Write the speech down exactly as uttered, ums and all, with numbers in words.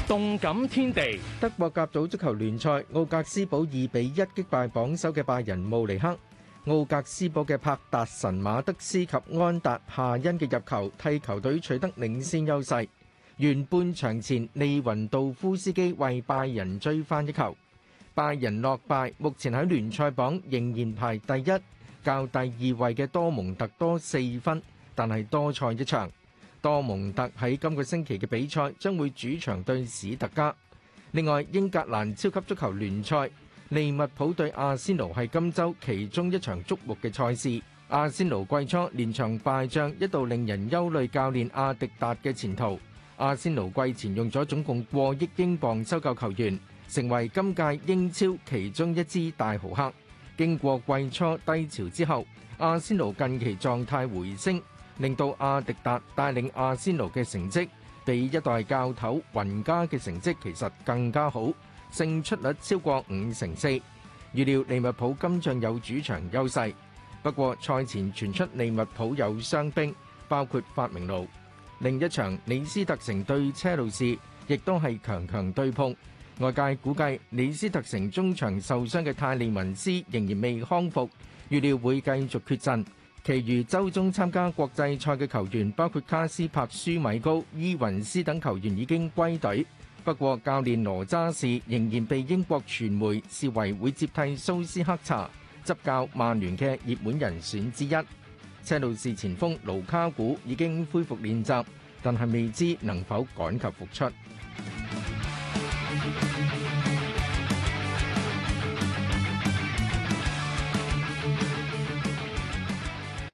動感天地， 德國甲組足球聯賽，奧格斯堡二比一擊敗榜首嘅拜仁慕尼黑。奧格斯堡嘅柏達神馬德斯及安達夏恩嘅入球，替球隊取得領先優勢。完半場前，利雲道夫斯基為拜仁追翻一球。拜仁落敗，目前喺聯賽榜仍然排第一，較第二位嘅多蒙特多四分，但係多賽一場。多蒙特喺今個星期嘅比賽將會主場對史特加。另外，英格蘭超級足球聯賽，利物浦對阿仙奴係今週其中一場矚目嘅賽事。阿仙奴季初連場敗仗，一度令人憂慮教練阿迪達嘅前途。阿仙奴季前用咗總共過億英鎊收購球員，成為今屆英超其中一支大豪客。經過季初低潮之後，阿仙奴近期狀態回升，令到阿迪達帶領阿仙奴嘅成績比一代教頭雲加嘅成績其實更加好，勝出率超過五成四。預料利物浦今仗有主場優勢，不過賽前傳出利物浦有傷兵，包括法明路。另一場李斯特城對車路士亦都係強強對碰，外界估計李斯特城中場受傷嘅泰利文斯仍然未康復，預料會繼續缺陣。其餘週中參加國際賽嘅球員包括卡斯帕舒米高、伊雲斯等球員已經歸隊，不過教練羅渣士仍然被英國傳媒視為會接替蘇斯克查執教曼聯嘅熱門人選之一。車路士前鋒盧卡古已經恢復練習，但係未知能否趕及復出。